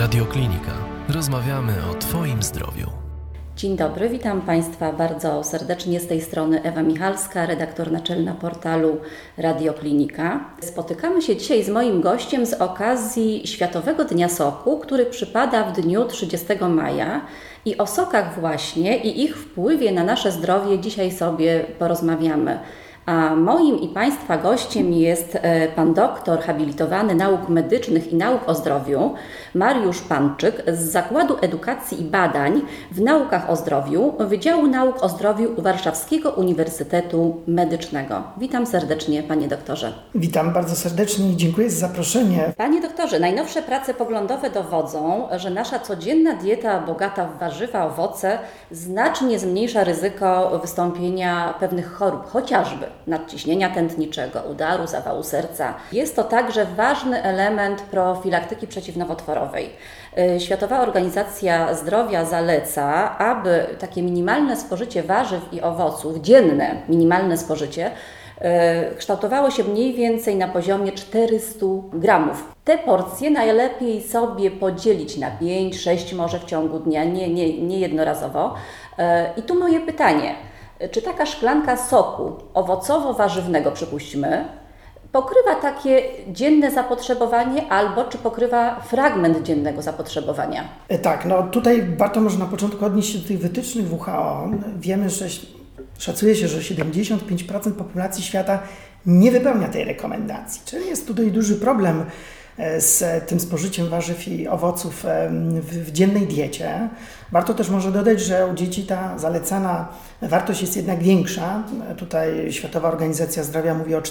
Radioklinika. Rozmawiamy o Twoim zdrowiu. Dzień dobry, witam Państwa bardzo serdecznie. Z tej strony Ewa Michalska, redaktor naczelna portalu Radioklinika. Spotykamy się dzisiaj z moim gościem z okazji Światowego Dnia Soku, który przypada w dniu 30 maja. I o sokach właśnie i ich wpływie na nasze zdrowie dzisiaj sobie porozmawiamy. A moim i Państwa gościem jest pan doktor habilitowany nauk medycznych i nauk o zdrowiu, Mariusz Panczyk z Zakładu Edukacji i Badań w Naukach o Zdrowiu, Wydziału Nauk o Zdrowiu Warszawskiego Uniwersytetu Medycznego. Witam serdecznie, panie doktorze. Witam bardzo serdecznie i dziękuję za zaproszenie. Panie doktorze, najnowsze prace poglądowe dowodzą, że nasza codzienna dieta bogata w warzywa, owoce znacznie zmniejsza ryzyko wystąpienia pewnych chorób, chociażby nadciśnienia tętniczego, udaru, zawału serca. Jest to także ważny element profilaktyki przeciwnowotworowej. Światowa Organizacja Zdrowia zaleca, aby takie minimalne spożycie warzyw i owoców, dzienne minimalne spożycie, kształtowało się mniej więcej na poziomie 400 gramów. Te porcje najlepiej sobie podzielić na 5-6 może w ciągu dnia, nie jednorazowo. I tu moje pytanie. Czy taka szklanka soku owocowo-warzywnego, przypuśćmy, pokrywa takie dzienne zapotrzebowanie albo czy pokrywa fragment dziennego zapotrzebowania? Tak, tutaj warto może na początku odnieść się do tych wytycznych WHO. Wiemy, że szacuje się, że 75% populacji świata nie wypełnia tej rekomendacji, czyli jest tutaj duży problem z tym spożyciem warzyw i owoców w dziennej diecie. Warto też może dodać, że u dzieci ta zalecana wartość jest jednak większa. Tutaj Światowa Organizacja Zdrowia mówi o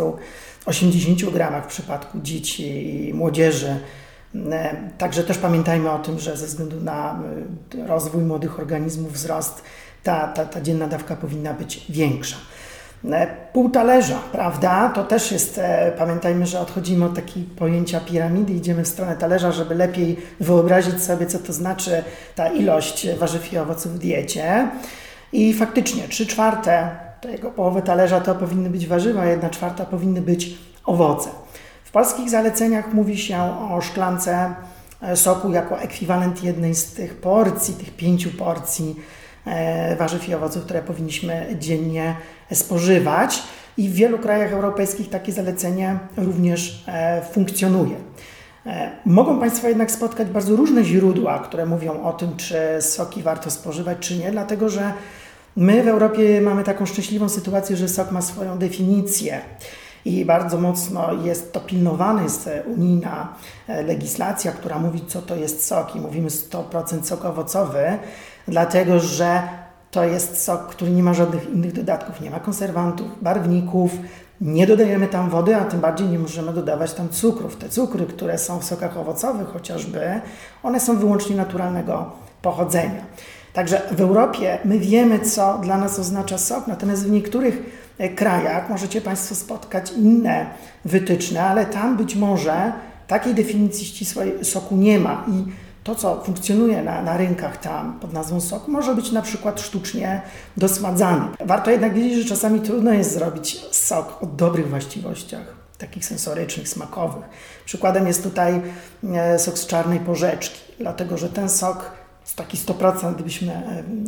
480 gramach w przypadku dzieci i młodzieży. Także też pamiętajmy o tym, że ze względu na rozwój młodych organizmów, wzrost, ta dzienna dawka powinna być większa. Pół talerza, prawda? To też jest, pamiętajmy, że odchodzimy od takiej pojęcia piramidy, idziemy w stronę talerza, żeby lepiej wyobrazić sobie, co to znaczy ta ilość warzyw i owoców w diecie. I faktycznie 3/4 tego połowy talerza to powinny być warzywa, 1/4 powinny być owoce. W polskich zaleceniach mówi się o szklance soku jako ekwiwalent jednej z tych porcji, tych 5 porcji warzyw i owoców, które powinniśmy dziennie spożywać. I w wielu krajach europejskich takie zalecenie również funkcjonuje. Mogą Państwo jednak spotkać bardzo różne źródła, które mówią o tym, czy soki warto spożywać, czy nie, dlatego że my w Europie mamy taką szczęśliwą sytuację, że sok ma swoją definicję i bardzo mocno jest to pilnowane, jest unijna legislacja, która mówi, co to jest sok i mówimy 100% sok owocowy, dlatego że to jest sok, który nie ma żadnych innych dodatków, nie ma konserwantów, barwników, nie dodajemy tam wody, a tym bardziej nie możemy dodawać tam cukrów. Te cukry, które są w sokach owocowych chociażby, one są wyłącznie naturalnego pochodzenia. Także w Europie my wiemy, co dla nas oznacza sok, natomiast w niektórych krajach możecie Państwo spotkać inne wytyczne, ale tam być może takiej definicji ścisłej soku nie ma i to, co funkcjonuje na rynkach tam pod nazwą sok, może być na przykład sztucznie dosmadzany. Warto jednak wiedzieć, że czasami trudno jest zrobić sok o dobrych właściwościach, takich sensorycznych, smakowych. Przykładem jest tutaj sok z czarnej porzeczki, dlatego że ten sok, taki 100% gdybyśmy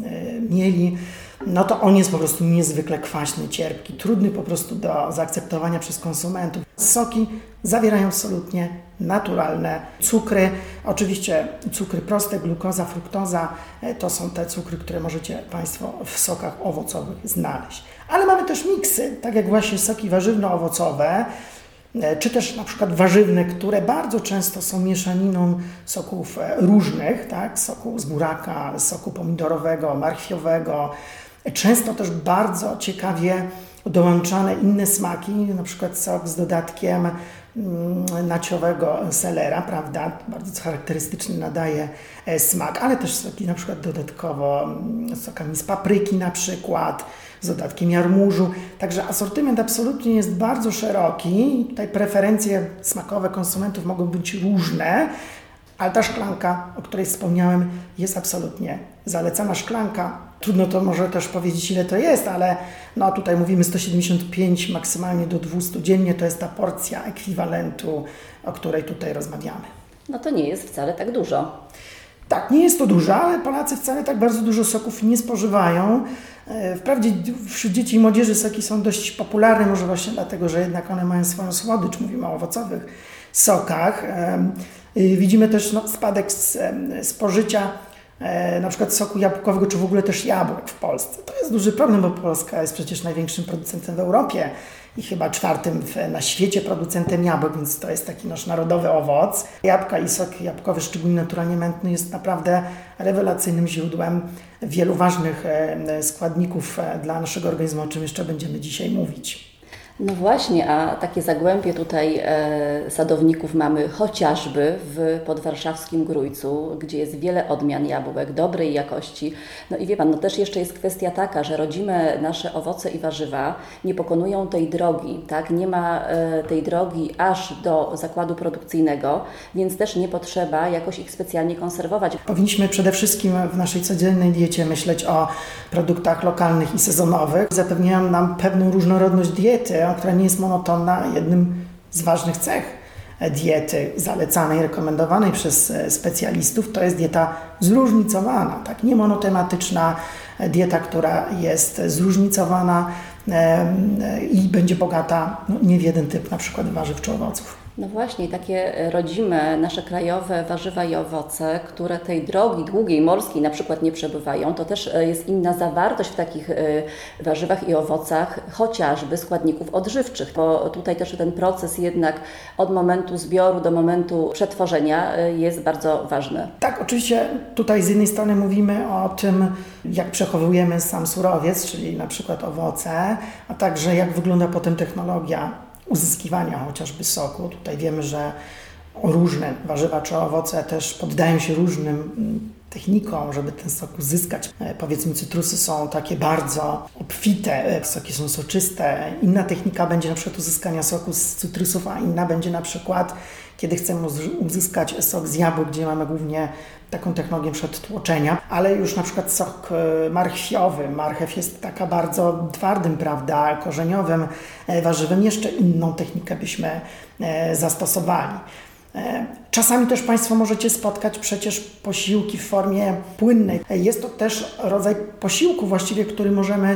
mieli, no to on jest po prostu niezwykle kwaśny, cierpki, trudny po prostu do zaakceptowania przez konsumentów. Soki zawierają absolutnie naturalne cukry. Oczywiście cukry proste, glukoza, fruktoza, to są te cukry, które możecie Państwo w sokach owocowych znaleźć. Ale mamy też miksy, tak jak właśnie soki warzywno-owocowe, czy też na przykład warzywne, które bardzo często są mieszaniną soków różnych, tak? Soku z buraka, soku pomidorowego, marchwiowego. Często też bardzo ciekawie dołączane inne smaki, na przykład sok z dodatkiem naciowego selera, prawda? Bardzo charakterystyczny nadaje smak, ale też soki na przykład dodatkowo sokami z papryki na przykład, z dodatkiem jarmużu. Także asortyment absolutnie jest bardzo szeroki. Tutaj preferencje smakowe konsumentów mogą być różne, ale ta szklanka, o której wspomniałem, jest absolutnie zalecana. Szklanka, trudno to może też powiedzieć, ile to jest, ale no tutaj mówimy 175, maksymalnie do 200 dziennie, to jest ta porcja ekwiwalentu, o której tutaj rozmawiamy. No to nie jest wcale tak dużo. Tak, nie jest to dużo, ale Polacy wcale tak bardzo dużo soków nie spożywają. Wprawdzie wśród dzieci i młodzieży soki są dość popularne, może właśnie dlatego, że jednak one mają swoją słodycz, mówimy o owocowych sokach. Widzimy też spadek spożycia na przykład soku jabłkowego, czy w ogóle też jabłek w Polsce. To jest duży problem, bo Polska jest przecież największym producentem w Europie i chyba czwartym na świecie producentem jabłek, więc to jest taki nasz narodowy owoc. Jabłka i sok jabłkowy, szczególnie naturalnie mętny, jest naprawdę rewelacyjnym źródłem wielu ważnych składników dla naszego organizmu, o czym jeszcze będziemy dzisiaj mówić. No właśnie, a takie zagłębie tutaj sadowników mamy chociażby w podwarszawskim Grójcu, gdzie jest wiele odmian jabłek dobrej jakości. No i wie Pan, no też jeszcze jest kwestia taka, że rodzime nasze owoce i warzywa nie pokonują tej drogi, tak? Nie ma tej drogi aż do zakładu produkcyjnego, więc też nie potrzeba jakoś ich specjalnie konserwować. Powinniśmy przede wszystkim w naszej codziennej diecie myśleć o produktach lokalnych i sezonowych. Zapewniają nam pewną różnorodność diety, która nie jest monotonna. Jednym z ważnych cech diety zalecanej, rekomendowanej przez specjalistów to jest dieta zróżnicowana, tak? Nie monotematyczna dieta, która jest zróżnicowana i będzie bogata nie w jeden typ na przykład warzyw czy owoców. No właśnie, takie rodzime, nasze krajowe warzywa i owoce, które tej drogi długiej, morskiej na przykład nie przebywają, to też jest inna zawartość w takich warzywach i owocach, chociażby składników odżywczych, bo tutaj też ten proces jednak od momentu zbioru do momentu przetworzenia jest bardzo ważny. Tak, oczywiście tutaj z jednej strony mówimy o tym, jak przechowujemy sam surowiec, czyli na przykład owoce, a także jak wygląda potem technologia uzyskiwania chociażby soku. Tutaj wiemy, że różne warzywa czy owoce też poddają się różnym technikom, żeby ten sok uzyskać. Powiedzmy, cytrusy są takie bardzo obfite, soki są soczyste. Inna technika będzie na przykład uzyskania soku z cytrusów, a inna będzie na przykład, kiedy chcemy uzyskać sok z jabłek, gdzie mamy głównie taką technologię przetłoczenia, ale już na przykład sok marchwiowy. Marchew jest taka bardzo twardym, prawda, korzeniowym warzywem. Jeszcze inną technikę byśmy zastosowali. Czasami też Państwo możecie spotkać przecież posiłki w formie płynnej. Jest to też rodzaj posiłku właściwie, który możemy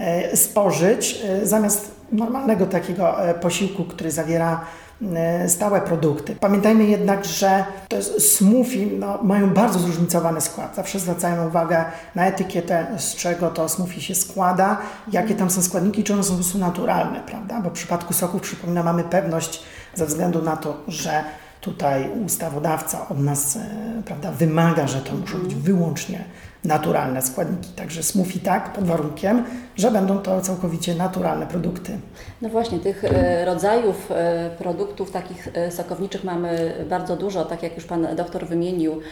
spożyć zamiast normalnego takiego posiłku, który zawiera stałe produkty. Pamiętajmy jednak, że to jest smoothie, mają bardzo zróżnicowany skład. Zawsze zwracajmy uwagę na etykietę, z czego to smoothie się składa, jakie tam są składniki, czy one są po prostu naturalne, prawda? Bo w przypadku soków, przypominam, mamy pewność ze względu na to, że tutaj ustawodawca od nas, prawda, wymaga, że to muszą być wyłącznie naturalne składniki. Także smoothie tak, pod warunkiem, że będą to całkowicie naturalne produkty. No właśnie, tych rodzajów produktów takich sokowniczych mamy bardzo dużo, tak jak już Pan doktor wymienił,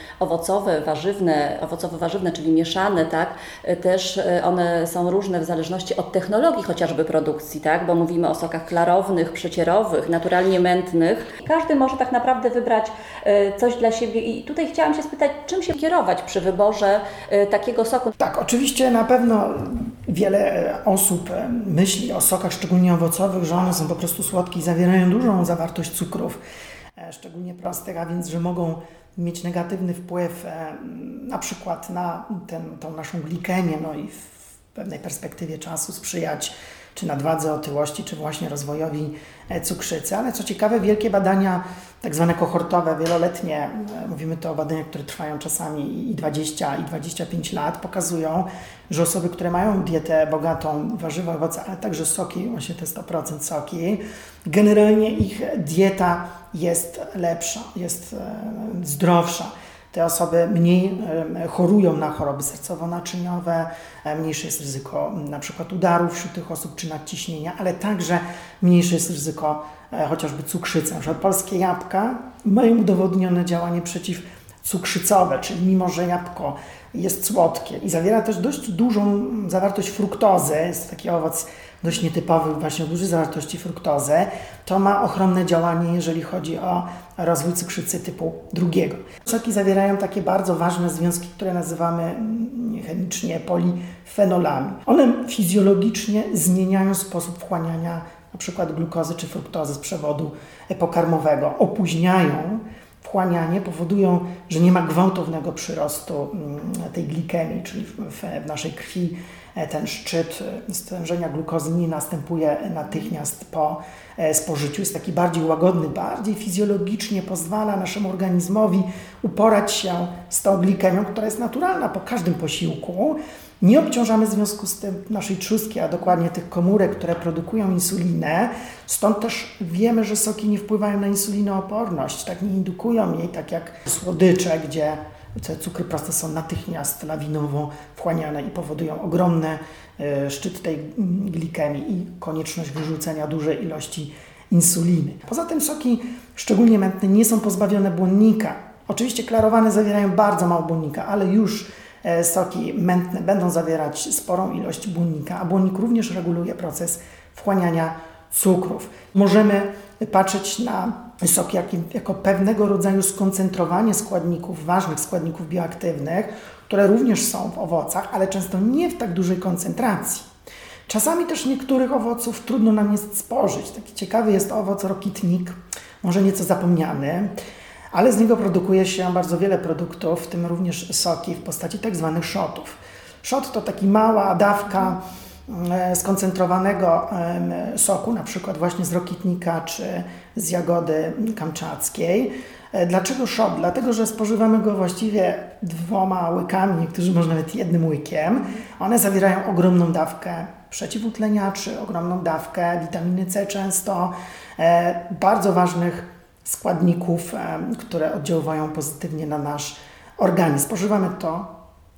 owocowo-warzywne, czyli mieszane, tak? Też one są różne w zależności od technologii chociażby produkcji, tak? Bo mówimy o sokach klarownych, przecierowych, naturalnie mętnych. Każdy może tak naprawdę wybrać coś dla siebie i tutaj chciałam się spytać, czym się kierować przy wyborze takiego soku? Tak, oczywiście na pewno wiele osób myśli o sokach, szczególnie owocowych, że one są po prostu słodkie i zawierają dużą zawartość cukrów, szczególnie prostych, a więc, że mogą mieć negatywny wpływ na przykład na tą naszą glikemię, no i w pewnej perspektywie czasu sprzyjać czy nadwadze, otyłości, czy właśnie rozwojowi cukrzycy. Ale co ciekawe, wielkie badania, tak zwane kohortowe, wieloletnie, mówimy to o badaniach, które trwają czasami i 20, i 25 lat, pokazują, że osoby, które mają dietę bogatą w warzywa, owoce, ale także soki, właśnie te 100% soki, generalnie ich dieta jest lepsza, jest zdrowsza. Te osoby mniej chorują na choroby sercowo-naczyniowe, mniejsze jest ryzyko na przykład udarów wśród tych osób czy nadciśnienia, ale także mniejsze jest ryzyko chociażby cukrzycy. Na przykład polskie jabłka mają udowodnione działanie przeciwcukrzycowe, czyli mimo, że jabłko jest słodkie i zawiera też dość dużą zawartość fruktozy, jest taki owoc dość nietypowy, właśnie o dużej zawartości fruktozy, to ma ochronne działanie, jeżeli chodzi o rozwój cukrzycy typu 2. Soki zawierają takie bardzo ważne związki, które nazywamy chemicznie polifenolami. One fizjologicznie zmieniają sposób wchłaniania na przykład glukozy czy fruktozy z przewodu pokarmowego, opóźniają wchłanianie powodują, że nie ma gwałtownego przyrostu tej glikemii, czyli w naszej krwi ten szczyt stężenia glukozy nie następuje natychmiast po spożyciu. Jest taki bardziej łagodny, bardziej fizjologicznie pozwala naszemu organizmowi uporać się z tą glikemią, która jest naturalna po każdym posiłku. Nie obciążamy w związku z tym naszej trzustki, a dokładnie tych komórek, które produkują insulinę. Stąd też wiemy, że soki nie wpływają na insulinooporność, tak nie indukują jej, tak jak słodycze, gdzie te cukry proste są natychmiast lawinowo wchłaniane i powodują ogromny szczyt tej glikemii i konieczność wyrzucenia dużej ilości insuliny. Poza tym soki, szczególnie mętne, nie są pozbawione błonnika. Oczywiście klarowane zawierają bardzo mało błonnika, ale już soki mętne będą zawierać sporą ilość błonnika, a błonnik również reguluje proces wchłaniania cukrów. Możemy patrzeć na soki jako pewnego rodzaju skoncentrowanie składników, ważnych składników bioaktywnych, które również są w owocach, ale często nie w tak dużej koncentracji. Czasami też niektórych owoców trudno nam jest spożyć. Taki ciekawy jest owoc rokitnik, może nieco zapomniany, ale z niego produkuje się bardzo wiele produktów, w tym również soki w postaci tak zwanych shotów. Shot to taka mała dawka skoncentrowanego soku, na przykład właśnie z rokitnika czy z jagody kamczackiej. Dlaczego shot? Dlatego, że spożywamy go właściwie 2 łykami, niektórzy może nawet 1 łykiem. One zawierają ogromną dawkę przeciwutleniaczy, ogromną dawkę witaminy C często, bardzo ważnych składników, które oddziaływają pozytywnie na nasz organizm. Spożywamy to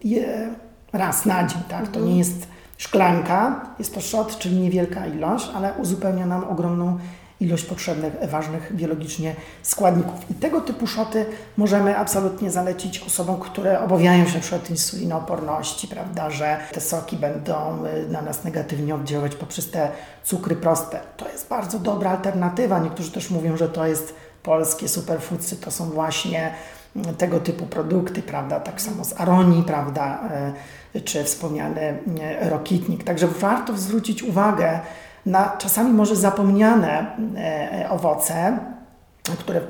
raz na dzień, tak? To nie jest szklanka, jest to shot, czyli niewielka ilość, ale uzupełnia nam ogromną ilość potrzebnych, ważnych biologicznie składników. I tego typu szoty możemy absolutnie zalecić osobom, które obawiają się przed insulinooporności, prawda, że te soki będą na nas negatywnie oddziaływać poprzez te cukry proste. To jest bardzo dobra alternatywa. Niektórzy też mówią, że to jest polskie superfoodsy, to są właśnie tego typu produkty, prawda, tak samo z aronii, prawda, czy wspomniany rokitnik. Także warto zwrócić uwagę na czasami może zapomniane owoce, które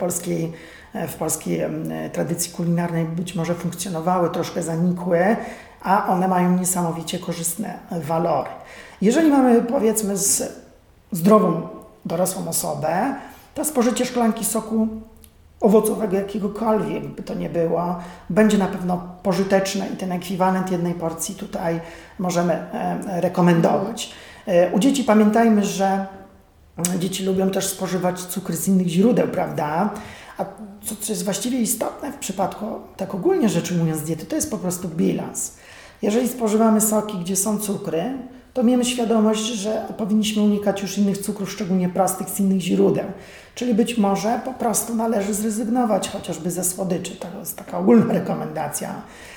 w polskiej tradycji kulinarnej być może funkcjonowały, troszkę zanikły, a one mają niesamowicie korzystne walory. Jeżeli mamy, powiedzmy, zdrową, dorosłą osobę, to spożycie szklanki soku owocowego jakiegokolwiek by to nie było, będzie na pewno pożyteczne i ten ekwiwalent jednej porcji tutaj możemy rekomendować. U dzieci pamiętajmy, że dzieci lubią też spożywać cukry z innych źródeł, prawda? A co jest właściwie istotne w przypadku, tak ogólnie rzecz ujmując, diety, to jest po prostu bilans. Jeżeli spożywamy soki, gdzie są cukry, to miejmy świadomość, że powinniśmy unikać już innych cukrów, szczególnie prostych, z innych źródeł. Czyli być może po prostu należy zrezygnować chociażby ze słodyczy. To jest taka ogólna rekomendacja.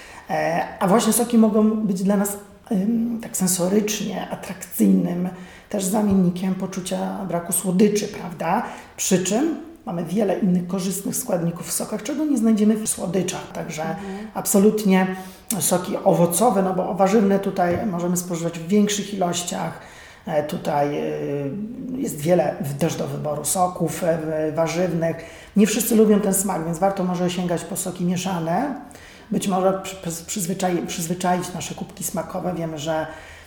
A właśnie soki mogą być dla nas tak sensorycznie atrakcyjnym też zamiennikiem poczucia braku słodyczy, prawda? Przy czym mamy wiele innych korzystnych składników w sokach, czego nie znajdziemy w słodyczach. Także absolutnie soki owocowe, no bo warzywne tutaj możemy spożywać w większych ilościach. Tutaj jest wiele też do wyboru soków warzywnych. Nie wszyscy lubią ten smak, więc warto może sięgać po soki mieszane. Być może przyzwyczaić nasze kubki smakowe. Wiemy, że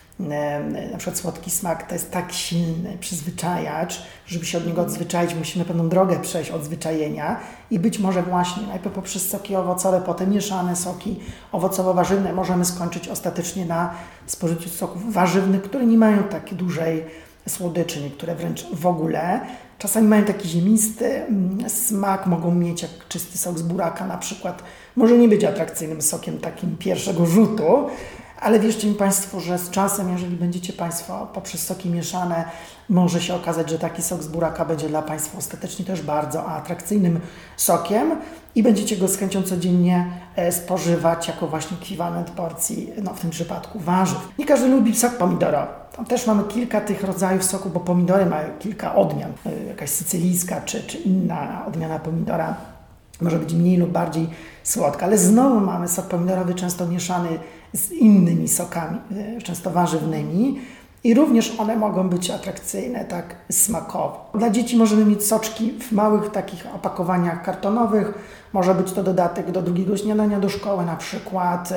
na przykład słodki smak to jest tak silny przyzwyczajacz, żeby się od niego odzwyczaić, musimy pewną drogę przejść odzwyczajenia i być może właśnie najpierw poprzez soki owocowe, potem mieszane soki owocowo-warzywne możemy skończyć ostatecznie na spożyciu soków warzywnych, które nie mają tak dużej słodyczy, niektóre wręcz w ogóle. Czasami mają taki ziemisty smak, mogą mieć jak czysty sok z buraka na przykład. Może nie być atrakcyjnym sokiem takim pierwszego rzutu, ale wierzcie mi Państwo, że z czasem, jeżeli będziecie Państwo poprzez soki mieszane, może się okazać, że taki sok z buraka będzie dla Państwa ostatecznie też bardzo atrakcyjnym sokiem i będziecie go z chęcią codziennie spożywać jako właśnie ekwiwalent porcji, no w tym przypadku warzyw. Nie każdy lubi sok pomidorowy. Tam też mamy kilka tych rodzajów soku, bo pomidory mają kilka odmian. Jakaś sycylijska czy inna odmiana pomidora może być mniej lub bardziej słodka, ale znowu mamy sok pomidorowy często mieszany z innymi sokami, często warzywnymi i również one mogą być atrakcyjne tak smakowo. Dla dzieci możemy mieć soczki w małych takich opakowaniach kartonowych, może być to dodatek do drugiego śniadania do szkoły na przykład.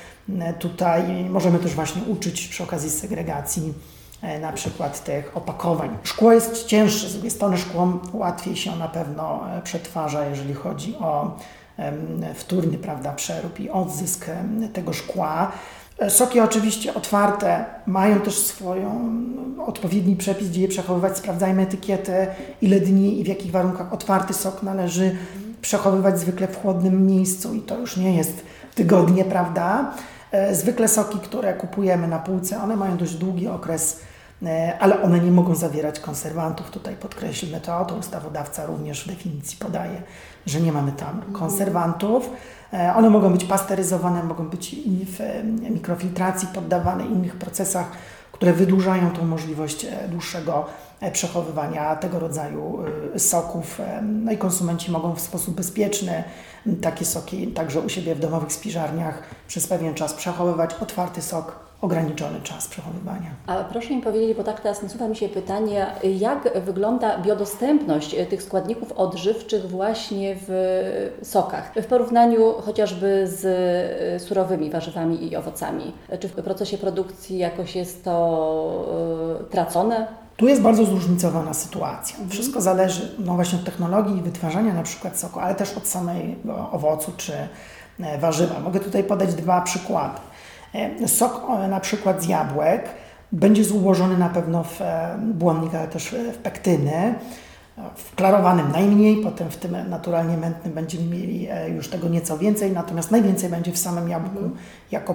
Tutaj możemy też właśnie uczyć przy okazji segregacji na przykład tych opakowań. Szkło jest cięższe, z drugiej strony szkło łatwiej się na pewno przetwarza, jeżeli chodzi o wtórny, prawda, przerób i odzysk tego szkła. Soki oczywiście otwarte mają też swoją odpowiedni przepis, gdzie je przechowywać. Sprawdzajmy etykietę, ile dni i w jakich warunkach otwarty sok należy przechowywać zwykle w chłodnym miejscu i to już nie jest tygodnie, prawda? Zwykle soki, które kupujemy na półce, one mają dość długi okres, ale one nie mogą zawierać konserwantów. Tutaj podkreślmy to ustawodawca również w definicji podaje, że nie mamy tam konserwantów. One mogą być pasteryzowane, mogą być w mikrofiltracji poddawane, innych procesach, które wydłużają tą możliwość dłuższego przechowywania tego rodzaju soków. No i konsumenci mogą w sposób bezpieczny takie soki także u siebie w domowych spiżarniach przez pewien czas przechowywać. Otwarty sok, ograniczony czas przechowywania. A proszę mi powiedzieć, bo tak teraz nasuwa mi się pytanie, jak wygląda biodostępność tych składników odżywczych właśnie w sokach, w porównaniu chociażby z surowymi warzywami i owocami? Czy w procesie produkcji jakoś jest to tracone? Tu jest bardzo zróżnicowana sytuacja. Wszystko zależy właśnie od technologii wytwarzania na przykład soku, ale też od samego owocu czy warzywa. Mogę tutaj podać 2 przykłady. Sok na przykład z jabłek będzie ułożony na pewno w błonnik, ale też w pektyny. W klarowanym najmniej, potem w tym naturalnie mętnym będziemy mieli już tego nieco więcej, natomiast najwięcej będzie w samym jabłku jako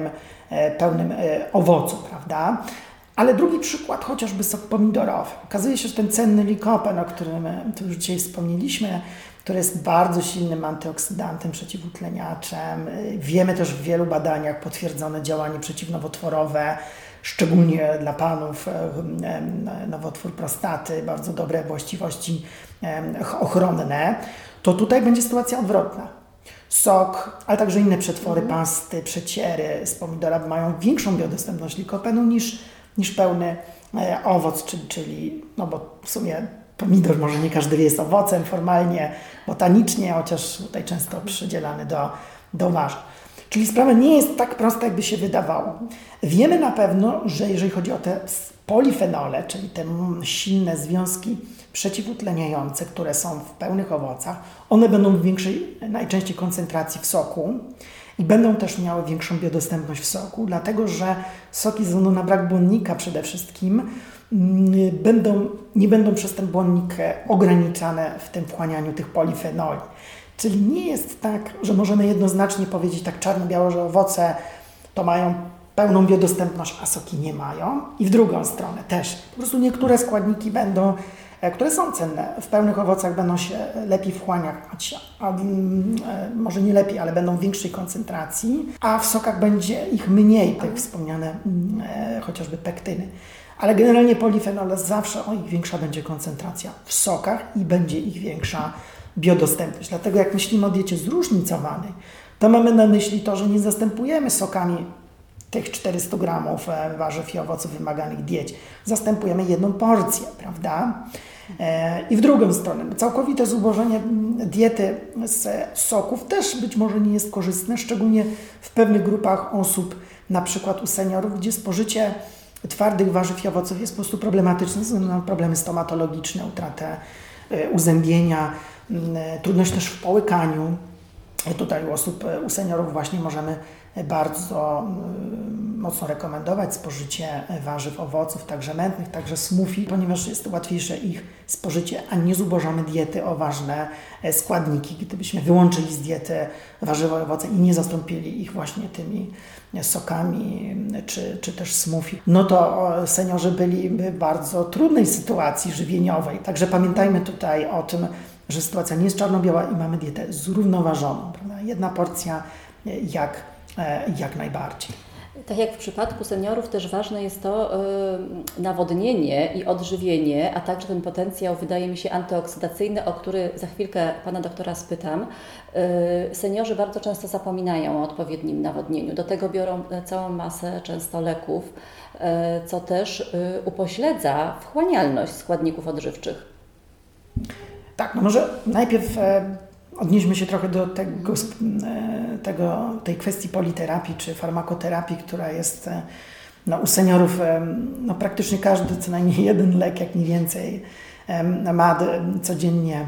pełnym owocu, prawda? Ale drugi przykład, chociażby sok pomidorowy. Okazuje się, że ten cenny likopen, o którym tu już dzisiaj wspomnieliśmy, który jest bardzo silnym antyoksydantem, przeciwutleniaczem. Wiemy też w wielu badaniach potwierdzone działanie przeciwnowotworowe, szczególnie dla panów nowotwór prostaty, bardzo dobre właściwości ochronne, to tutaj będzie sytuacja odwrotna. Sok, ale także inne przetwory, pasty, przeciery z pomidora mają większą biodostępność likopenu niż pełny owoc, czyli bo w sumie pomidor może nie każdy wie, jest owocem formalnie, botanicznie, chociaż tutaj często przydzielany do warzyw. Czyli sprawa nie jest tak prosta, jakby się wydawało. Wiemy na pewno, że jeżeli chodzi o te polifenole, czyli te silne związki przeciwutleniające, które są w pełnych owocach, one będą w większej, najczęściej koncentracji w soku i będą też miały większą biodostępność w soku, dlatego że soki ze względu na brak błonnika przede wszystkim nie będą przez ten błonnik ograniczane w tym wchłanianiu tych polifenoli. Czyli nie jest tak, że możemy jednoznacznie powiedzieć tak czarno-biało, że owoce to mają pełną biodostępność, a soki nie mają. I w drugą stronę też. Po prostu niektóre składniki będą, które są cenne, w pełnych owocach będą się lepiej wchłaniać, może nie lepiej, ale będą w większej koncentracji, a w sokach będzie ich mniej, tak wspomniane chociażby pektyny. Ale generalnie polifenole zawsze o ich większa będzie koncentracja w sokach i będzie ich większa biodostępność. Dlatego jak myślimy o diecie zróżnicowanej, to mamy na myśli to, że nie zastępujemy sokami tych 400 gramów warzyw i owoców wymaganych w diecie. Zastępujemy jedną porcję, prawda? I w drugą stronę, całkowite zubożenie diety z soków też być może nie jest korzystne, szczególnie w pewnych grupach osób, na przykład u seniorów, gdzie spożycie twardych warzyw i owoców jest po prostu problematyczne, ze względu na problemy stomatologiczne, utratę uzębienia, trudność też w połykaniu. Tutaj u seniorów właśnie możemy bardzo mocno rekomendować spożycie warzyw, owoców, także mętnych, także smoothie, ponieważ jest łatwiejsze ich spożycie, a nie zubożamy diety o ważne składniki. Gdybyśmy wyłączyli z diety warzywa i owoce i nie zastąpili ich właśnie tymi sokami czy też smoothie, no to seniorzy byliby w bardzo trudnej sytuacji żywieniowej. Także pamiętajmy tutaj o tym, że sytuacja nie jest czarno-biała i mamy dietę zrównoważoną, prawda? Jedna porcja jak najbardziej. Tak jak w przypadku seniorów też ważne jest to nawodnienie i odżywienie, a także ten potencjał, wydaje mi się, antyoksydacyjny, o który za chwilkę Pana doktora spytam. Seniorzy bardzo często zapominają o odpowiednim nawodnieniu. Do tego biorą całą masę często leków, co też upośledza wchłanialność składników odżywczych. Tak, no może najpierw odnieśmy się trochę do tej kwestii politerapii czy farmakoterapii, która jest u seniorów, praktycznie każdy co najmniej jeden lek, jak nie więcej, ma codziennie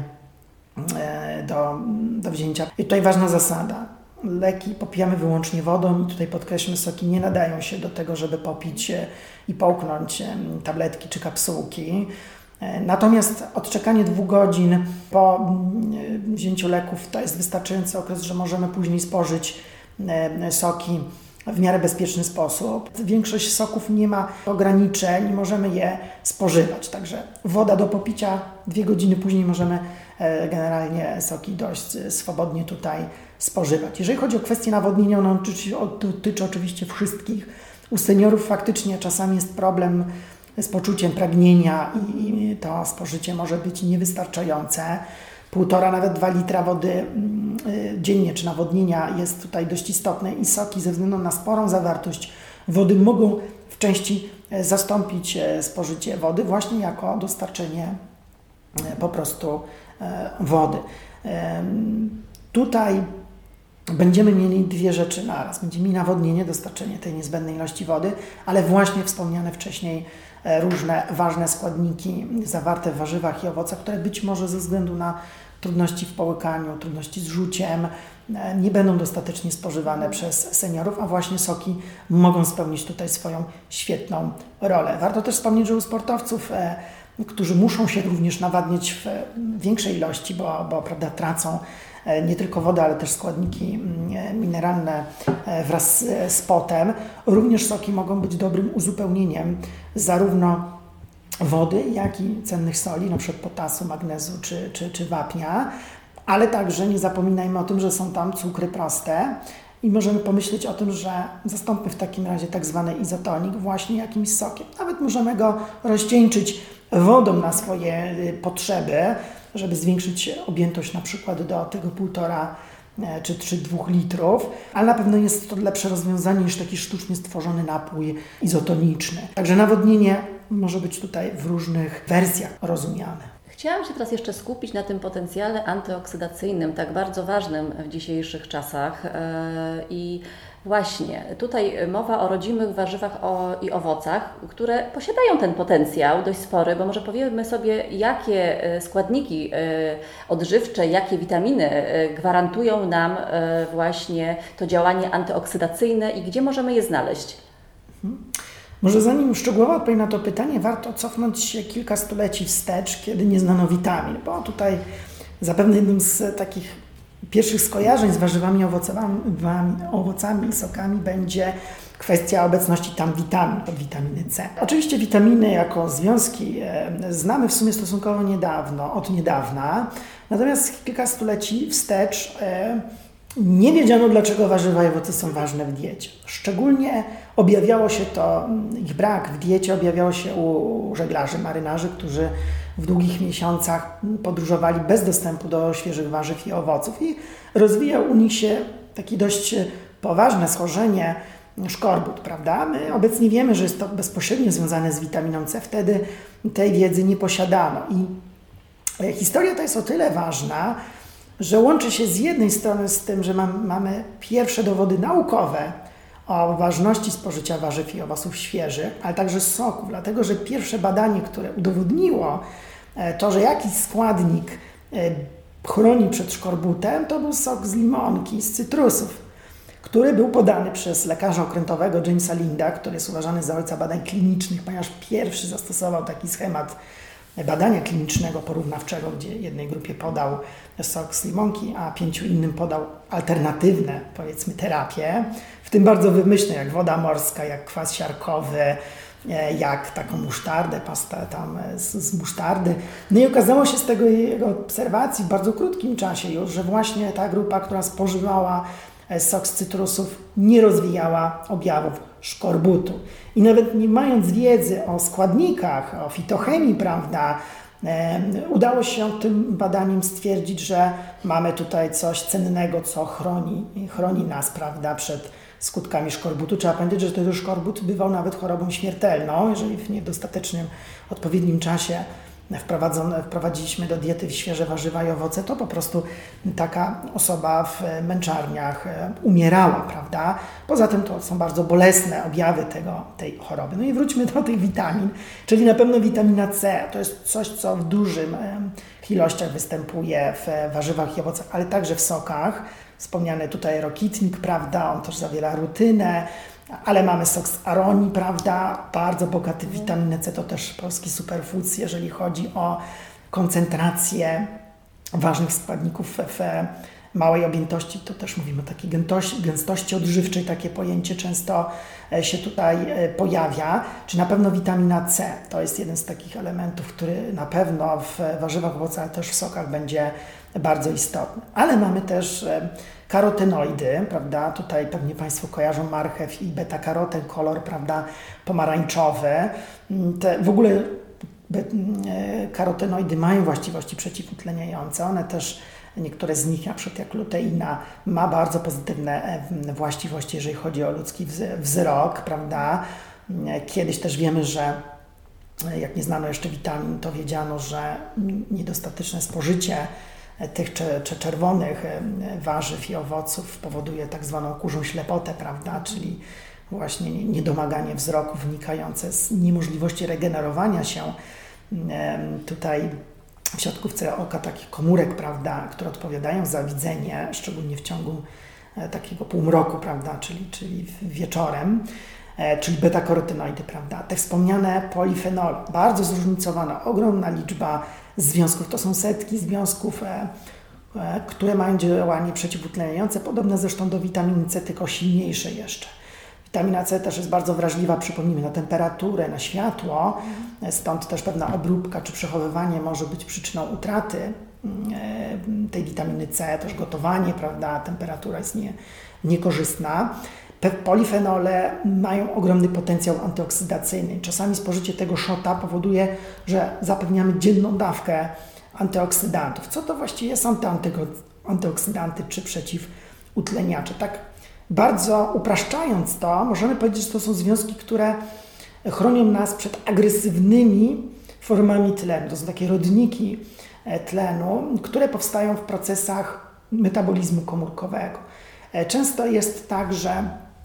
do wzięcia. I tutaj ważna zasada. Leki popijamy wyłącznie wodą i tutaj podkreślmy, soki nie nadają się do tego, żeby popić i połknąć tabletki czy kapsułki. Natomiast odczekanie 2 godzin po wzięciu leków to jest wystarczający okres, że możemy później spożyć soki w miarę bezpieczny sposób. Większość soków nie ma ograniczeń i możemy je spożywać. Także woda do popicia, 2 godziny później możemy generalnie soki dość swobodnie tutaj spożywać. Jeżeli chodzi o kwestię nawodnienia, ono dotyczy oczywiście wszystkich. U seniorów faktycznie czasami jest problem z poczuciem pragnienia i to spożycie może być niewystarczające. 1,5, nawet 2 litra wody dziennie czy nawodnienia jest tutaj dość istotne i soki ze względu na sporą zawartość wody mogą w części zastąpić spożycie wody właśnie jako dostarczenie po prostu wody. Tutaj będziemy mieli 2 rzeczy naraz. Będziemy mieli nawodnienie, dostarczenie tej niezbędnej ilości wody, ale właśnie wspomniane wcześniej różne ważne składniki zawarte w warzywach i owocach, które być może ze względu na trudności w połykaniu, trudności z rzuciem nie będą dostatecznie spożywane przez seniorów, a właśnie soki mogą spełnić tutaj swoją świetną rolę. Warto też wspomnieć, że u sportowców, którzy muszą się również nawadniać w większej ilości, bo prawda, tracą nie tylko wodę, ale też składniki mineralne wraz z potem. Również soki mogą być dobrym uzupełnieniem zarówno wody, jak i cennych soli, np. potasu, magnezu czy wapnia, ale także nie zapominajmy o tym, że są tam cukry proste i możemy pomyśleć o tym, że zastąpmy w takim razie tak zwany izotonik właśnie jakimś sokiem. Nawet możemy go rozcieńczyć wodą na swoje potrzeby, żeby zwiększyć objętość na przykład do tego 1,5 czy 2 litrów, ale na pewno jest to lepsze rozwiązanie niż taki sztucznie stworzony napój izotoniczny. Także nawodnienie może być tutaj w różnych wersjach rozumiane. Chciałam się teraz jeszcze skupić na tym potencjale antyoksydacyjnym, tak bardzo ważnym w dzisiejszych czasach. I właśnie tutaj mowa o rodzimych warzywach i owocach, które posiadają ten potencjał dość spory, bo może powiemy sobie, jakie składniki odżywcze, jakie witaminy gwarantują nam właśnie to działanie antyoksydacyjne i gdzie możemy je znaleźć. Może zanim szczegółowo odpowiem na to pytanie, warto cofnąć się kilka stuleci wstecz, kiedy nie znano witamin, bo tutaj zapewne jednym z takich pierwszych skojarzeń z warzywami, owocami i sokami będzie kwestia obecności tam witamin, podwitaminy C. Oczywiście witaminy jako związki znamy w sumie stosunkowo od niedawna, natomiast kilka stuleci wstecz nie wiedziano, dlaczego warzywa i owoce są ważne w diecie. Szczególnie objawiało się to, ich brak w diecie objawiało się u żeglarzy, marynarzy, którzy w długich miesiącach podróżowali bez dostępu do świeżych warzyw i owoców i rozwijał u nich się takie dość poważne schorzenie, szkorbut, prawda? My obecnie wiemy, że jest to bezpośrednio związane z witaminą C, wtedy tej wiedzy nie posiadano i historia ta jest o tyle ważna, że łączy się z jednej strony z tym, że mamy pierwsze dowody naukowe o ważności spożycia warzyw i owoców świeżych, ale także soków, dlatego że pierwsze badanie, które udowodniło to, że jakiś składnik chroni przed szkorbutem, to był sok z limonki, z cytrusów, który był podany przez lekarza okrętowego Jamesa Linda, który jest uważany za ojca badań klinicznych, ponieważ pierwszy zastosował taki schemat badania klinicznego porównawczego, gdzie jednej grupie podał sok z limonki, a 5 innym podał alternatywne, powiedzmy, terapie, w tym bardzo wymyślne, jak woda morska, jak kwas siarkowy, jak taką musztardę, pastę tam z musztardy. No i okazało się z tego jego obserwacji w bardzo krótkim czasie już, że właśnie ta grupa, która spożywała sok z cytrusów nie rozwijała objawów szkorbutu. I nawet nie mając wiedzy o składnikach, o fitochemii, prawda, udało się tym badaniem stwierdzić, że mamy tutaj coś cennego, co chroni nas, prawda, przed skutkami szkorbutu. Trzeba pamiętać, że ten szkorbut bywał nawet chorobą śmiertelną, jeżeli w niedostatecznym, odpowiednim czasie wprowadziliśmy do diety świeże warzywa i owoce, to po prostu taka osoba w męczarniach umierała, prawda? Poza tym to są bardzo bolesne objawy tej choroby. No i wróćmy do tych witamin, czyli na pewno witamina C. To jest coś, co w dużych ilościach występuje w warzywach i owocach, ale także w sokach. Wspomniany tutaj rokitnik, prawda? On też zawiera rutynę, ale mamy sok z aronii, prawda, bardzo bogaty w witaminę C, to też polski superfoods, jeżeli chodzi o koncentrację ważnych składników w małej objętości, to też mówimy o takiej gęstości odżywczej, takie pojęcie często się tutaj pojawia, czy na pewno witamina C, to jest jeden z takich elementów, który na pewno w warzywach, owocach, ale też w sokach będzie bardzo istotny. Ale mamy też karotenoidy, prawda, tutaj pewnie Państwo kojarzą marchew i beta-karoten, kolor, prawda, pomarańczowy. W ogóle karotenoidy mają właściwości przeciwutleniające, one też, niektóre z nich, na przykład jak luteina, ma bardzo pozytywne właściwości, jeżeli chodzi o ludzki wzrok, prawda. Kiedyś też wiemy, że jak nie znano jeszcze witamin, to wiedziano, że niedostateczne spożycie tych czerwonych warzyw i owoców powoduje tak zwaną kurzą ślepotę, prawda, czyli właśnie niedomaganie wzroku wynikające z niemożliwości regenerowania się tutaj w siatkówce oka takich komórek, prawda, które odpowiadają za widzenie, szczególnie w ciągu takiego półmroku, prawda, czyli wieczorem, czyli beta-karotenoidy, prawda. Te wspomniane polifenole, bardzo zróżnicowana, ogromna liczba związków, to są setki związków, które mają działanie przeciwutleniające, podobne zresztą do witaminy C, tylko silniejsze jeszcze. Witamina C też jest bardzo wrażliwa, przypomnijmy, na temperaturę, na światło, stąd też pewna obróbka czy przechowywanie może być przyczyną utraty tej witaminy C, też gotowanie, prawda, temperatura jest niekorzystna. Polifenole mają ogromny potencjał antyoksydacyjny. Czasami spożycie tego szota powoduje, że zapewniamy dzienną dawkę antyoksydantów. Co to właściwie są te antyoksydanty czy przeciwutleniacze? Tak bardzo upraszczając to, możemy powiedzieć, że to są związki, które chronią nas przed agresywnymi formami tlenu. To są takie rodniki tlenu, które powstają w procesach metabolizmu komórkowego. Często jest tak, że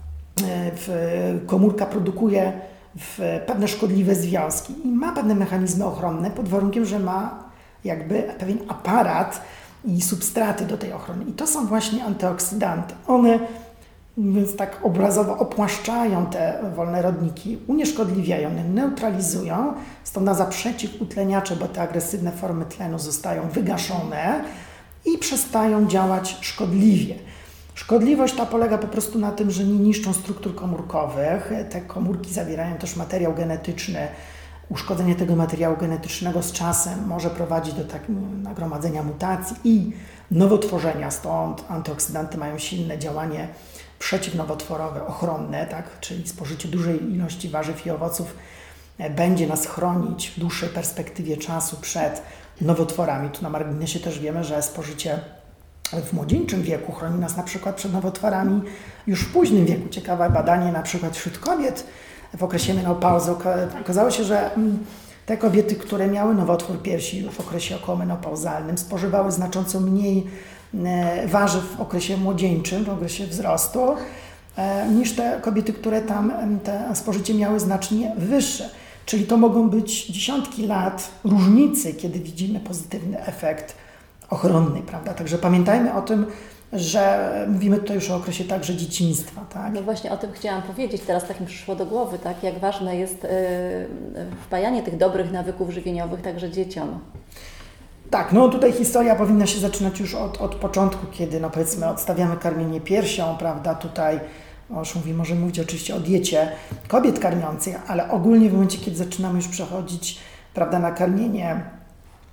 komórka produkuje pewne szkodliwe związki i ma pewne mechanizmy ochronne pod warunkiem, że ma jakby pewien aparat i substraty do tej ochrony. I to są właśnie antyoksydanty. One, mówiąc tak obrazowo, opłaszczają te wolne rodniki, unieszkodliwiają, neutralizują, stąd na przeciwutleniacze, bo te agresywne formy tlenu zostają wygaszone i przestają działać szkodliwie. Szkodliwość ta polega po prostu na tym, że nie niszczą struktur komórkowych. Te komórki zawierają też materiał genetyczny. Uszkodzenie tego materiału genetycznego z czasem może prowadzić do takiego nagromadzenia mutacji i nowotworzenia. Stąd antyoksydanty mają silne działanie przeciwnowotworowe, ochronne, tak? Czyli spożycie dużej ilości warzyw i owoców będzie nas chronić w dłuższej perspektywie czasu przed nowotworami. Tu na marginesie też wiemy, że spożycie w młodzieńczym wieku chroni nas na przykład przed nowotworami już w późnym wieku. Ciekawe badanie na przykład wśród kobiet w okresie menopauzy. Okazało się, że te kobiety, które miały nowotwór piersi w okresie okołomenopauzalnym, spożywały znacząco mniej warzyw w okresie młodzieńczym, w okresie wzrostu, niż te kobiety, które tam te spożycie miały znacznie wyższe. Czyli to mogą być dziesiątki lat różnicy, kiedy widzimy pozytywny efekt ochronny, prawda? Także pamiętajmy o tym, że mówimy tutaj już o okresie także dzieciństwa, tak? No właśnie o tym chciałam powiedzieć, teraz tak mi przyszło do głowy, tak? Jak ważne jest wpajanie tych dobrych nawyków żywieniowych także dzieciom. Tak, no tutaj historia powinna się zaczynać już od początku, kiedy no powiedzmy odstawiamy karmienie piersią, prawda? Tutaj już możemy mówić oczywiście o diecie kobiet karmiących, ale ogólnie w momencie, kiedy zaczynamy już przechodzić, prawda, na karmienie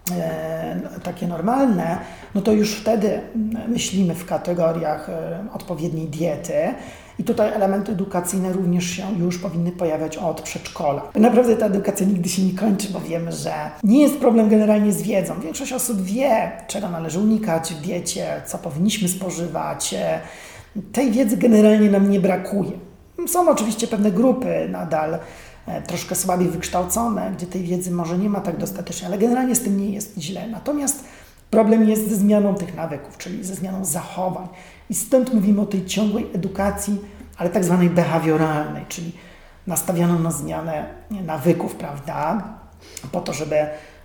takie normalne, no to już wtedy myślimy w kategoriach odpowiedniej diety i tutaj elementy edukacyjne również się już powinny pojawiać od przedszkola. Naprawdę ta edukacja nigdy się nie kończy, bo wiemy, że nie jest problem generalnie z wiedzą. Większość osób wie, czego należy unikać w diecie, co powinniśmy spożywać. Tej wiedzy generalnie nam nie brakuje. Są oczywiście pewne grupy nadal troszkę słabiej wykształcone, gdzie tej wiedzy może nie ma tak dostatecznie, ale generalnie z tym nie jest źle. Natomiast problem jest ze zmianą tych nawyków, czyli ze zmianą zachowań. I stąd mówimy o tej ciągłej edukacji, ale tak zwanej behawioralnej, czyli nastawioną na zmianę nawyków, prawda? Po to, żeby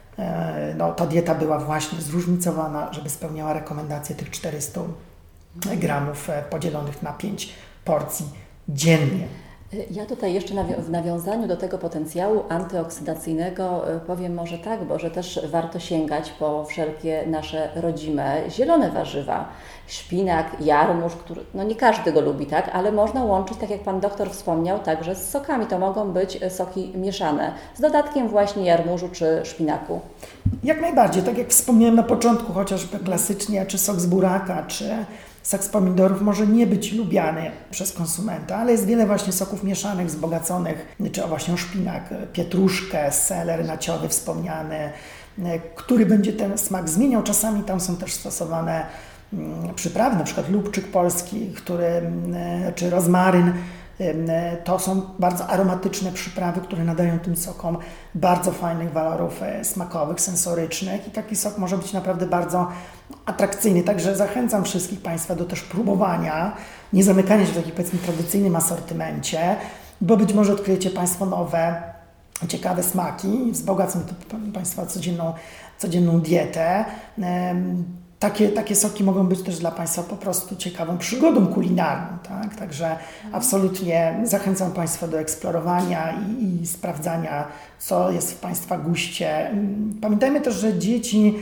ta dieta była właśnie zróżnicowana, żeby spełniała rekomendacje tych 400 gramów podzielonych na 5 porcji dziennie. Ja tutaj jeszcze w nawiązaniu do tego potencjału antyoksydacyjnego powiem może tak, bo że też warto sięgać po wszelkie nasze rodzime zielone warzywa. Szpinak, jarmuż, który nie każdy go lubi, tak, ale można łączyć, tak jak Pan doktor wspomniał, także z sokami. To mogą być soki mieszane z dodatkiem właśnie jarmużu czy szpinaku. Jak najbardziej, tak jak wspomniałem na początku, chociażby klasycznie, czy sok z buraka, czy sok z pomidorów może nie być lubiany przez konsumenta, ale jest wiele właśnie soków mieszanych, wzbogaconych, czy właśnie szpinak, pietruszkę, seler naciowy wspomniany, który będzie ten smak zmieniał. Czasami tam są też stosowane przyprawy, na przykład lubczyk polski, czy rozmaryn. To są bardzo aromatyczne przyprawy, które nadają tym sokom bardzo fajnych walorów smakowych, sensorycznych i taki sok może być naprawdę bardzo atrakcyjny. Także zachęcam wszystkich Państwa do też próbowania, nie zamykania się w takim, powiedzmy, tradycyjnym asortymencie, bo być może odkryjecie Państwo nowe, ciekawe smaki i wzbogacą Państwa codzienną dietę. Takie soki mogą być też dla Państwa po prostu ciekawą przygodą kulinarną, tak? Także absolutnie zachęcam Państwa do eksplorowania i sprawdzania, co jest w Państwa guście. Pamiętajmy też, że dzieci,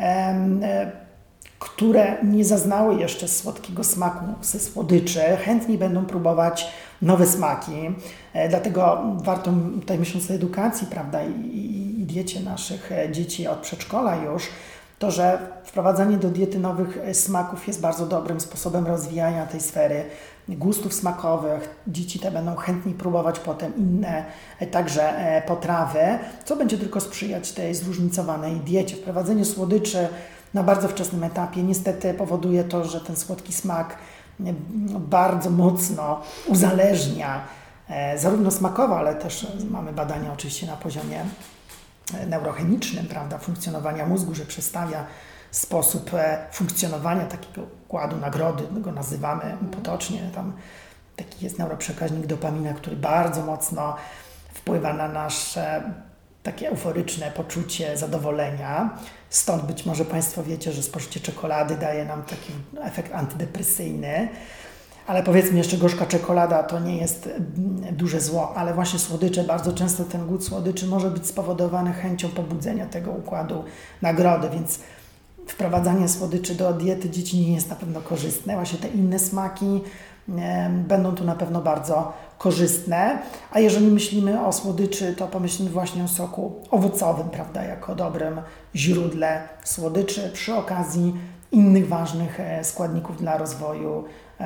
które nie zaznały jeszcze słodkiego smaku ze słodyczy, chętnie będą próbować nowe smaki. Dlatego warto tutaj, myśląc o edukacji, prawda, i diecie naszych dzieci od przedszkola już, to, że wprowadzanie do diety nowych smaków jest bardzo dobrym sposobem rozwijania tej sfery gustów smakowych. Dzieci te będą chętniej próbować potem inne także potrawy, co będzie tylko sprzyjać tej zróżnicowanej diecie. Wprowadzenie słodyczy na bardzo wczesnym etapie niestety powoduje to, że ten słodki smak bardzo mocno uzależnia zarówno smakowo, ale też mamy badania oczywiście na poziomie neurochemicznym, prawda, funkcjonowania mózgu, że przestawia sposób funkcjonowania takiego układu nagrody, go nazywamy potocznie. Tam taki jest neuroprzekaźnik dopamina, który bardzo mocno wpływa na nasze takie euforyczne poczucie zadowolenia. Stąd być może Państwo wiecie, że spożycie czekolady daje nam taki efekt antydepresyjny. Ale powiedzmy jeszcze, gorzka czekolada to nie jest duże zło, ale właśnie słodycze, bardzo często ten głód słodyczy może być spowodowany chęcią pobudzenia tego układu nagrody, więc wprowadzanie słodyczy do diety dzieci nie jest na pewno korzystne. Właśnie te inne smaki będą tu na pewno bardzo korzystne. A jeżeli myślimy o słodyczy, to pomyślmy właśnie o soku owocowym, prawda, jako dobrym źródle słodyczy przy okazji innych ważnych składników dla rozwoju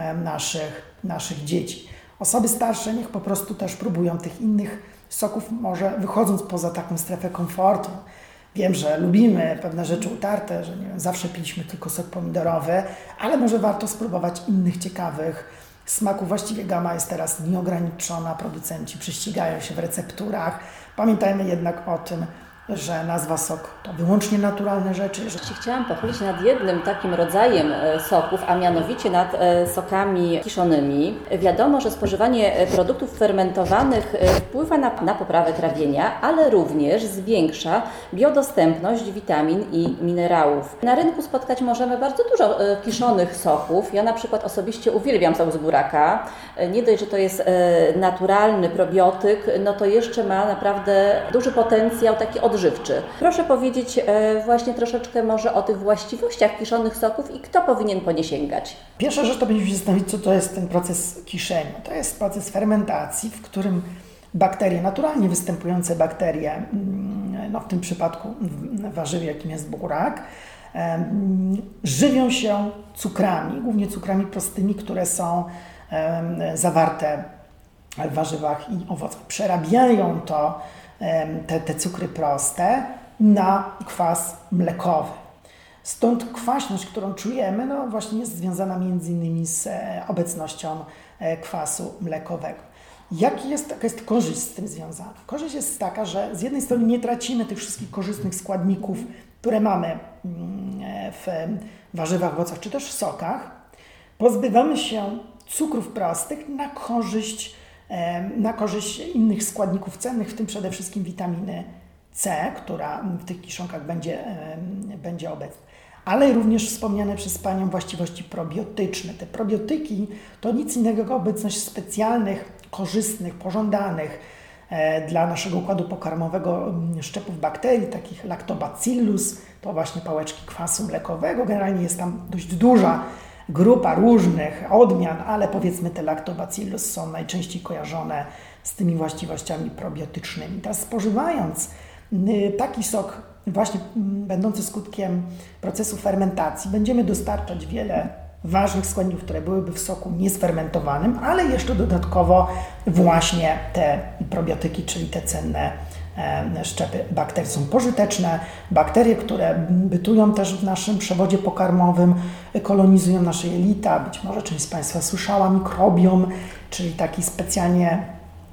naszych dzieci. Osoby starsze niech po prostu też próbują tych innych soków, może wychodząc poza taką strefę komfortu. Wiem, że lubimy pewne rzeczy utarte, że nie wiem, zawsze piliśmy tylko sok pomidorowy, ale może warto spróbować innych ciekawych smaków. Właściwie gama jest teraz nieograniczona, producenci prześcigają się w recepturach. Pamiętajmy jednak o tym, że nazwa sok to wyłącznie naturalne rzeczy. Chciałam pochylić nad jednym takim rodzajem soków, a mianowicie nad sokami kiszonymi. Wiadomo, że spożywanie produktów fermentowanych wpływa na poprawę trawienia, ale również zwiększa biodostępność witamin i minerałów. Na rynku spotkać możemy bardzo dużo kiszonych soków. Ja na przykład osobiście uwielbiam sok z buraka. Nie dość, że to jest naturalny probiotyk, no to jeszcze ma naprawdę duży potencjał taki odżywczy. Proszę powiedzieć właśnie troszeczkę może o tych właściwościach kiszonych soków i kto powinien po nie sięgać. Pierwsza rzecz to będziemy się zastanowić, co to jest ten proces kiszenia. To jest proces fermentacji, w którym bakterie, naturalnie występujące bakterie no w tym przypadku warzywie, jakim jest burak, żywią się cukrami, głównie cukrami prostymi, które są zawarte w warzywach i owocach. Przerabiają te cukry proste na kwas mlekowy. Stąd kwaśność, którą czujemy, no właśnie jest związana między innymi z obecnością kwasu mlekowego. Jaka jest korzyść z tym związana? Korzyść jest taka, że z jednej strony nie tracimy tych wszystkich korzystnych składników, które mamy w warzywach, owocach czy też w sokach. Pozbywamy się cukrów prostych na korzyść innych składników cennych, w tym przede wszystkim witaminy C, która w tych kiszonkach będzie obecna. Ale również wspomniane przez Panią właściwości probiotyczne. Te probiotyki to nic innego jak obecność specjalnych, korzystnych, pożądanych dla naszego układu pokarmowego szczepów bakterii, takich lactobacillus, to właśnie pałeczki kwasu mlekowego. Generalnie jest tam dość duża grupa różnych odmian, ale powiedzmy te lactobacillus są najczęściej kojarzone z tymi właściwościami probiotycznymi. Teraz spożywając taki sok właśnie będący skutkiem procesu fermentacji, będziemy dostarczać wiele ważnych składników, które byłyby w soku niesfermentowanym, ale jeszcze dodatkowo właśnie te probiotyki, czyli te cenne szczepy bakterii są pożyteczne. Bakterie, które bytują też w naszym przewodzie pokarmowym, kolonizują nasze jelita. Być może część z Państwa słyszała mikrobiom, czyli taki specjalnie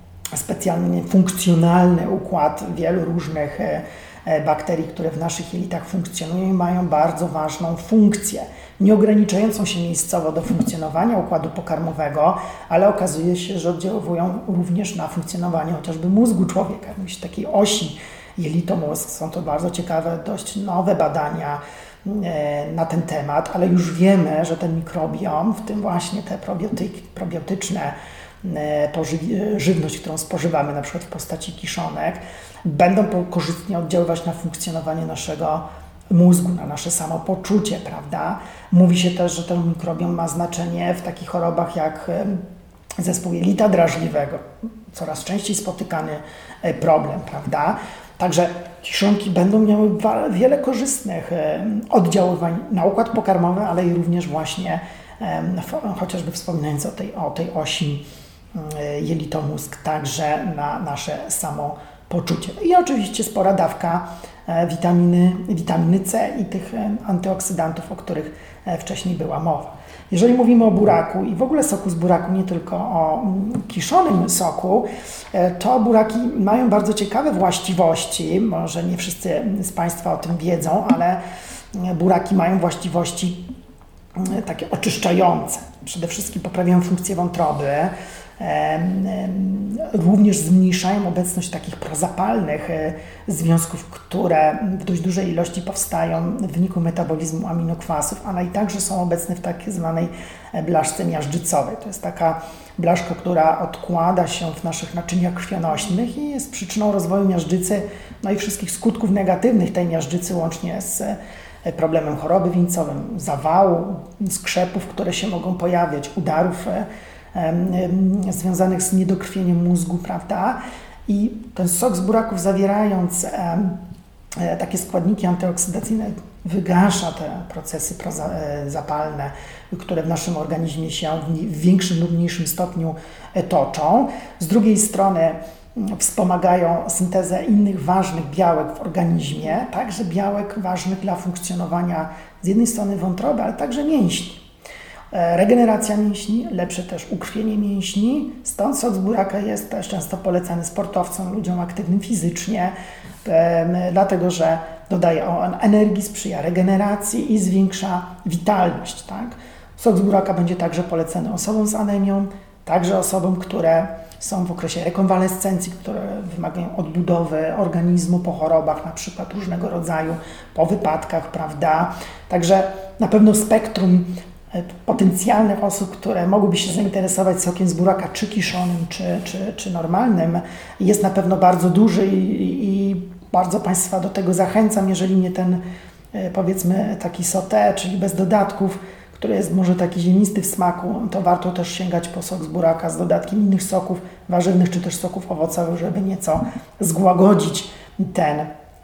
funkcjonalny układ wielu różnych bakterii, które w naszych jelitach funkcjonują i mają bardzo ważną funkcję, nie ograniczającą się miejscowo do funkcjonowania układu pokarmowego, ale okazuje się, że oddziałują również na funkcjonowanie chociażby mózgu człowieka, takiej osi jelito-mózg. Są to bardzo ciekawe, dość nowe badania na ten temat, ale już wiemy, że ten mikrobiom, w tym właśnie te probiotyczne żywność, którą spożywamy, na przykład w postaci kiszonek, będą korzystnie oddziaływać na funkcjonowanie naszego mózgu, na nasze samopoczucie, prawda? Mówi się też, że ten mikrobiom ma znaczenie w takich chorobach jak zespół jelita drażliwego, coraz częściej spotykany problem, prawda? Także kiszonki będą miały wiele korzystnych oddziaływań na układ pokarmowy, ale i również właśnie chociażby wspominając o tej osi jelito-mózg, także na nasze samopoczucie. I oczywiście spora dawka witaminy C i tych antyoksydantów, o których wcześniej była mowa. Jeżeli mówimy o buraku i w ogóle soku z buraku, nie tylko o kiszonym soku, to buraki mają bardzo ciekawe właściwości. Może nie wszyscy z Państwa o tym wiedzą, ale buraki mają właściwości takie oczyszczające. Przede wszystkim poprawiają funkcję wątroby, również zmniejszają obecność takich prozapalnych związków, które w dość dużej ilości powstają w wyniku metabolizmu aminokwasów, ale i także są obecne w tak zwanej blaszce miażdżycowej. To jest taka blaszka, która odkłada się w naszych naczyniach krwionośnych i jest przyczyną rozwoju miażdżycy, no i wszystkich skutków negatywnych tej miażdżycy, łącznie z problemem choroby wieńcowej, zawału, skrzepów, które się mogą pojawiać, udarów związanych z niedokrwieniem mózgu, prawda? I ten sok z buraków, zawierając takie składniki antyoksydacyjne, wygasza te procesy zapalne, które w naszym organizmie się w większym lub mniejszym stopniu toczą. Z drugiej strony wspomagają syntezę innych ważnych białek w organizmie, także białek ważnych dla funkcjonowania z jednej strony wątroby, ale także mięśni. Regeneracja mięśni, lepsze też ukrwienie mięśni, stąd sok z buraka jest też często polecany sportowcom, ludziom aktywnym fizycznie, dlatego że dodaje on energii, sprzyja regeneracji i zwiększa witalność. Tak? Sok z buraka będzie także polecany osobom z anemią, także osobom, które są w okresie rekonwalescencji, które wymagają odbudowy organizmu po chorobach, na przykład różnego rodzaju, po wypadkach, prawda? Także na pewno spektrum potencjalnych osób, które mogłyby się zainteresować sokiem z buraka, czy kiszonym, czy normalnym, jest na pewno bardzo duży i bardzo Państwa do tego zachęcam. Jeżeli nie ten, powiedzmy, taki sauté, czyli bez dodatków, który jest może taki ziemisty w smaku, to warto też sięgać po sok z buraka z dodatkiem innych soków warzywnych, czy też soków owocowych, żeby nieco zgłagodzić ten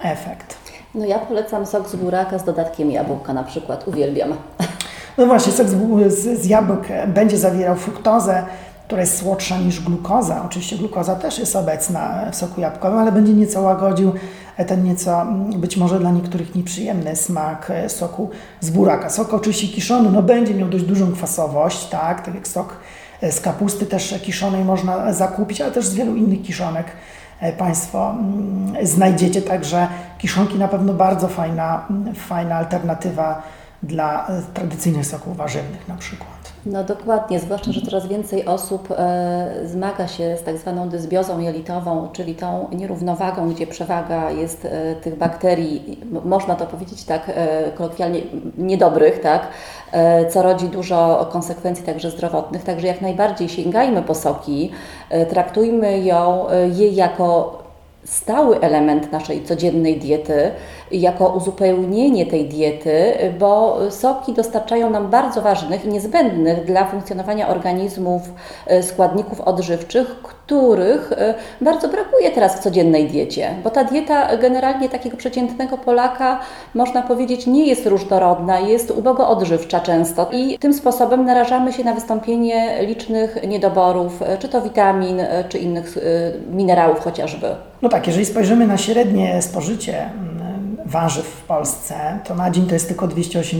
efekt. No ja polecam sok z buraka z dodatkiem jabłka na przykład, uwielbiam. No właśnie, sok z jabłek będzie zawierał fruktozę, która jest słodsza niż glukoza. Oczywiście glukoza też jest obecna w soku jabłkowym, ale będzie nieco łagodził ten nieco być może dla niektórych nieprzyjemny smak soku z buraka. Sok oczywiście kiszony, no będzie miał dość dużą kwasowość, tak jak sok z kapusty też kiszonej można zakupić, ale też z wielu innych kiszonek Państwo znajdziecie, także kiszonki na pewno bardzo fajna alternatywa dla tradycyjnych soków warzywnych na przykład. No dokładnie, zwłaszcza, że coraz więcej osób zmaga się z tak zwaną dysbiozą jelitową, czyli tą nierównowagą, gdzie przewaga jest tych bakterii, można to powiedzieć tak kolokwialnie, niedobrych, tak, co rodzi dużo konsekwencji także zdrowotnych. Także jak najbardziej sięgajmy po soki, traktujmy je jako stały element naszej codziennej diety, jako uzupełnienie tej diety, bo soki dostarczają nam bardzo ważnych i niezbędnych dla funkcjonowania organizmów składników odżywczych, których bardzo brakuje teraz w codziennej diecie, bo ta dieta generalnie takiego przeciętnego Polaka, można powiedzieć, nie jest różnorodna, jest ubogo odżywcza często i tym sposobem narażamy się na wystąpienie licznych niedoborów, czy to witamin, czy innych minerałów chociażby. No tak, jeżeli spojrzymy na średnie spożycie warzyw w Polsce, to na dzień to jest tylko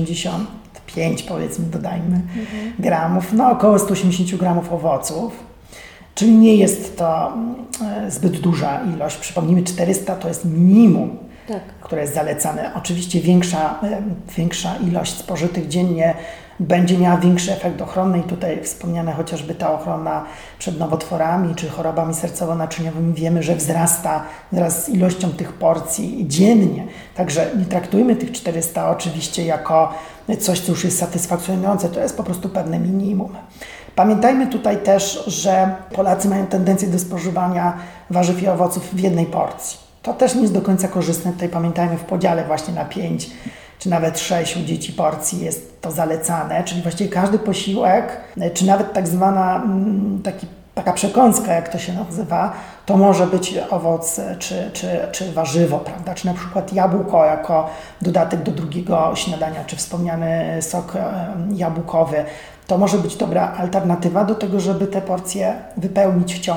285, powiedzmy, dodajmy, gramów, no około 180 gramów owoców, czyli nie jest to zbyt duża ilość. Przypomnijmy, 400 to jest minimum, tak, które jest zalecane. Oczywiście większa ilość spożytych dziennie będzie miała większy efekt ochronny i tutaj wspomniane chociażby ta ochrona przed nowotworami czy chorobami sercowo-naczyniowymi wiemy, że wzrasta wraz z ilością tych porcji dziennie. Także nie traktujmy tych 400 oczywiście jako coś, co już jest satysfakcjonujące, to jest po prostu pewne minimum. Pamiętajmy tutaj też, że Polacy mają tendencję do spożywania warzyw i owoców w jednej porcji. To też nie jest do końca korzystne. Tutaj pamiętajmy w podziale właśnie na 5 czy nawet 6 u dzieci porcji jest to zalecane, czyli właściwie każdy posiłek, czy nawet tak zwana taka przekąska, jak to się nazywa, to może być owoc czy warzywo, prawda? Czy na przykład jabłko jako dodatek do drugiego śniadania, czy wspomniany sok jabłkowy. To może być dobra alternatywa do tego, żeby te porcje wypełnić w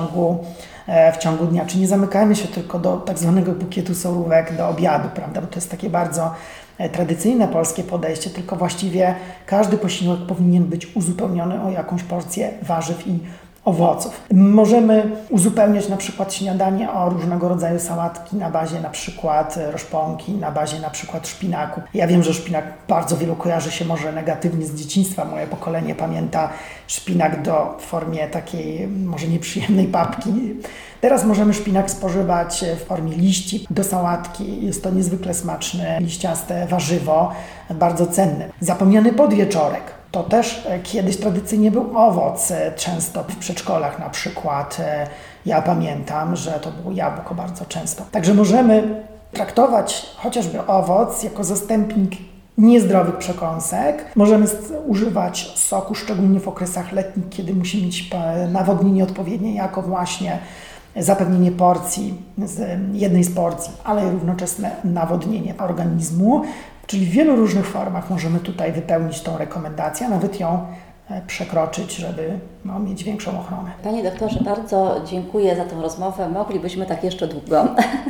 ciągu dnia. Czy nie zamykajmy się tylko do tak zwanego bukietu solówek do obiadu, prawda? Bo to jest takie bardzo tradycyjne polskie podejście, tylko właściwie każdy posiłek powinien być uzupełniony o jakąś porcję warzyw i owoców. Możemy uzupełniać na przykład śniadanie o różnego rodzaju sałatki na bazie na przykład roszponki, na bazie na przykład szpinaku. Ja wiem, że szpinak bardzo wielu kojarzy się może negatywnie z dzieciństwa. Moje pokolenie pamięta szpinak w formie takiej może nieprzyjemnej papki. Teraz możemy szpinak spożywać w formie liści do sałatki. Jest to niezwykle smaczne, liściaste warzywo, bardzo cenne. Zapomniany podwieczorek. To też kiedyś tradycyjnie był owoc, często w przedszkolach na przykład. Ja pamiętam, że to było jabłko bardzo często. Także możemy traktować chociażby owoc jako zastępnik niezdrowych przekąsek. Możemy używać soku, szczególnie w okresach letnich, kiedy musi mieć nawodnienie odpowiednie, jako właśnie zapewnienie porcji, jednej z porcji, ale równocześnie nawodnienie organizmu. Czyli w wielu różnych formach możemy tutaj wypełnić tą rekomendację, a nawet ją przekroczyć, żeby mieć większą ochronę. Panie doktorze, bardzo dziękuję za tę rozmowę. Moglibyśmy tak jeszcze długo,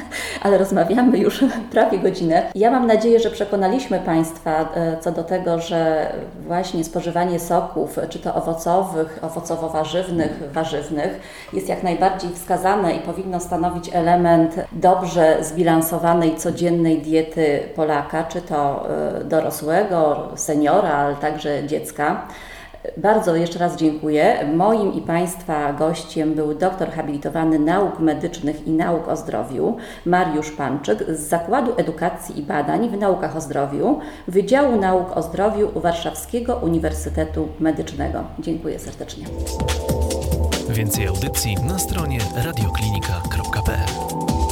ale rozmawiamy już prawie godzinę. Ja mam nadzieję, że przekonaliśmy Państwa co do że właśnie spożywanie soków, czy to owocowych, owocowo-warzywnych, warzywnych, jest jak najbardziej wskazane i powinno stanowić element dobrze zbilansowanej, codziennej diety Polaka, czy to dorosłego, seniora, ale także dziecka. Bardzo jeszcze raz dziękuję. Moim i Państwa gościem był doktor habilitowany nauk medycznych i nauk o zdrowiu Mariusz Panczyk z Zakładu Edukacji i Badań w Naukach o Zdrowiu Wydziału Nauk o Zdrowiu Warszawskiego Uniwersytetu Medycznego. Dziękuję serdecznie. Więcej audycji na stronie radioklinika.pl.